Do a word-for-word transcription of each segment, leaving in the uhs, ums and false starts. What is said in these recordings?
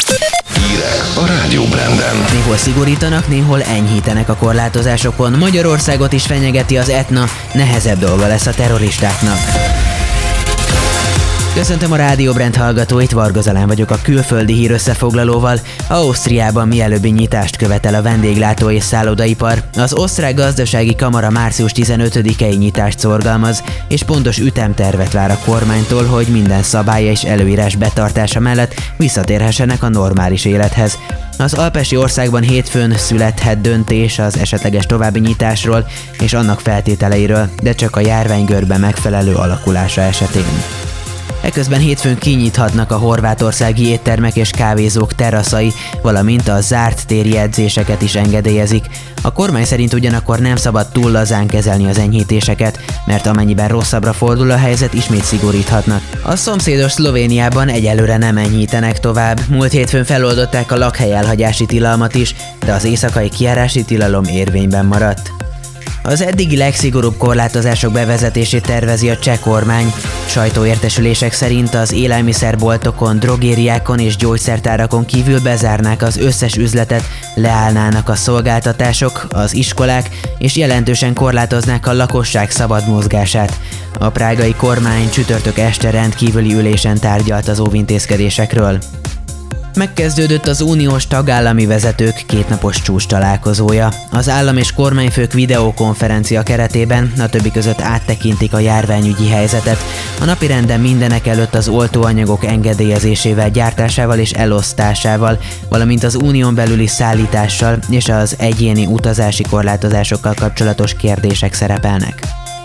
Hírek a Rádió Branden. Néhol szigorítanak, néhol enyhítenek a korlátozásokon. Magyarországot is fenyegeti az Etna, nehezebb dolga lesz a terroristáknak. Köszöntöm a Rádió Brand hallgatóit, Varga Zalán vagyok a külföldi hír összefoglalóval. Ausztriában mielőbbi nyitást követel a vendéglátó és szállodaipar. Az osztrák gazdasági kamara március tizenötödikei nyitást szorgalmaz, és pontos ütemtervet vár a kormánytól, hogy minden szabálya és előírás betartása mellett visszatérhessenek a normális élethez. Az alpesi országban hétfőn születhet döntés az esetleges további nyitásról és annak feltételeiről, de csak a járványgörbe megfelelő alakulása esetén. Eközben hétfőn kinyithatnak a horvátországi éttermek és kávézók teraszai, valamint a zárt téri edzéseket is engedélyezik. A kormány szerint ugyanakkor nem szabad túl lazán kezelni az enyhítéseket, mert amennyiben rosszabbra fordul a helyzet, ismét szigoríthatnak. A szomszédos Szlovéniában egyelőre nem enyhítenek tovább. Múlt hétfőn feloldották a lakhely elhagyási tilalmat is, de az éjszakai kijárási tilalom érvényben maradt. Az eddigi legszigorúbb korlátozások bevezetését tervezi a cseh kormány. Sajtóértesülések szerint az élelmiszerboltokon, drogériákon és gyógyszertárakon kívül bezárnák az összes üzletet, leállnának a szolgáltatások, az iskolák, és jelentősen korlátoznák a lakosság szabad mozgását. A prágai kormány csütörtök este rendkívüli ülésen tárgyalt az óvintézkedésekről. Megkezdődött az uniós tagállami vezetők kétnapos csúcs találkozója. Az állam és kormányfők videokonferencia keretében a többi között áttekintik a járványügyi helyzetet. A napirenden mindenek előtt az oltóanyagok engedélyezésével, gyártásával és elosztásával, valamint az unión belüli szállítással és az egyéni utazási korlátozásokkal kapcsolatos kérdések szerepelnek.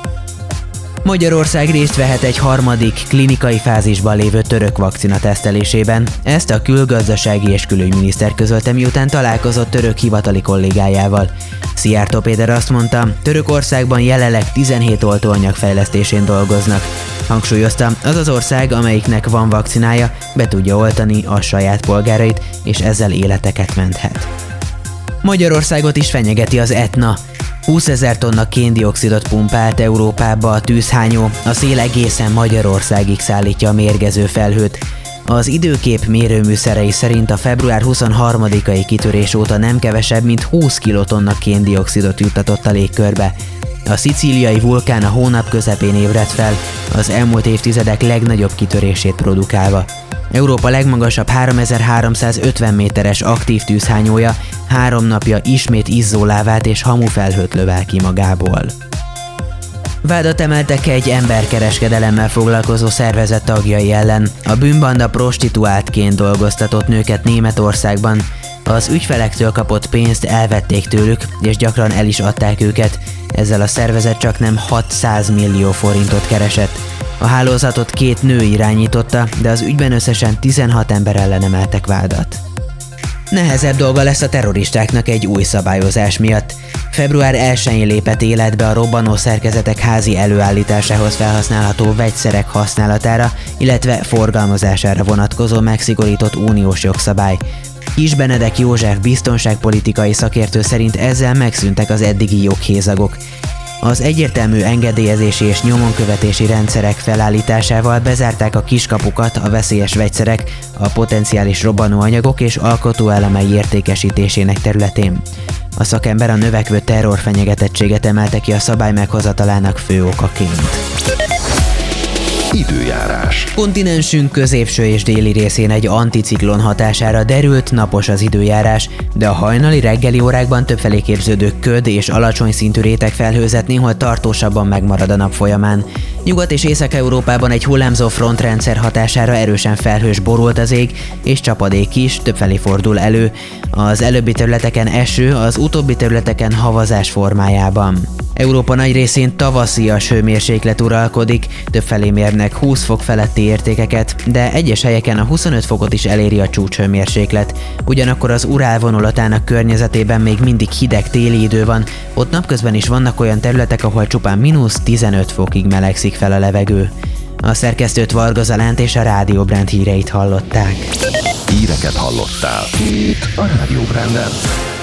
Magyarország részt vehet egy harmadik klinikai fázisban lévő török vakcina tesztelésében. Ezt a külgazdasági és külügyminiszter közölte, miután találkozott török hivatali kollégájával. Szijjártó Péter azt mondta, Törökországban jelenleg tizenhét oltóanyag fejlesztésén dolgoznak. Hangsúlyozta, az az ország, amelyiknek van vakcinája, be tudja oltani a saját polgárait, és ezzel életeket menthet. Magyarországot is fenyegeti az Etna. húszezer tonna kén-dioxidot pumpált Európába a tűzhányó, a szél egészen Magyarországig szállítja a mérgező felhőt. Az időkép mérőműszerei szerint a február huszonharmadikai kitörés óta nem kevesebb, mint húsz kilotonna kén-dioxidot juttatott a légkörbe. A szicíliai vulkán a hónap közepén ébredt fel, az elmúlt évtizedek legnagyobb kitörését produkálva. Európa legmagasabb háromezer-háromszázötven méteres aktív tűzhányója három napja ismét izzólávát és hamufelhőt lövel ki magából. Vádat emeltek egy emberkereskedelemmel foglalkozó szervezet tagjai ellen. A bűnbanda prostituáltként dolgoztatott nőket Németországban. Az ügyfelektől kapott pénzt elvették tőlük, és gyakran el is adták őket. Ezzel a szervezet csaknem hatszáz millió forintot keresett. A hálózatot két nő irányította, de az ügyben összesen tizenhat ember ellen emeltek vádat. Nehezebb dolga lesz a terroristáknak egy új szabályozás miatt. február elsején lépett életbe a robbanó szerkezetek házi előállításához felhasználható vegyszerek használatára, illetve forgalmazására vonatkozó megszigorított uniós jogszabály. Kis Benedek József biztonságpolitikai szakértő szerint ezzel megszűntek az eddigi joghézagok. Az egyértelmű engedélyezési és nyomonkövetési rendszerek felállításával bezárták a kiskapukat a veszélyes vegyszerek, a potenciális robbanóanyagok és alkotóelemei értékesítésének területén. A szakember a növekvő terrorfenyegetettséget emelte ki a szabály meghozatalának fő okaként. Időjárás. Kontinensünk középső és déli részén egy anticiklon hatására derült, napos az időjárás, de a hajnali reggeli órákban többfelé képződő köd és alacsony szintű rétegfelhőzet néhol tartósabban megmarad a nap folyamán. Nyugat- és Észak-Európában egy hullámzó frontrendszer hatására erősen felhős borult az ég, és csapadék is többfelé fordul elő. Az előbbi területeken eső, az utóbbi területeken havazás formájában. Európa nagy részén tavaszias hőmérséklet uralkodik, többfelé mérnek húsz fok feletti értékeket, de egyes helyeken a huszonöt fokot is eléri a csúcshőmérséklet. Ugyanakkor az Urál vonulatának környezetében még mindig hideg téli idő van, ott napközben is vannak olyan területek, ahol csupán mínusz tizenöt fokig melegszik fel a levegő. A szerkesztőt Varga Zalánt és a Rádió Brand híreit hallották. Híreket hallottál itt a Rádió Branden.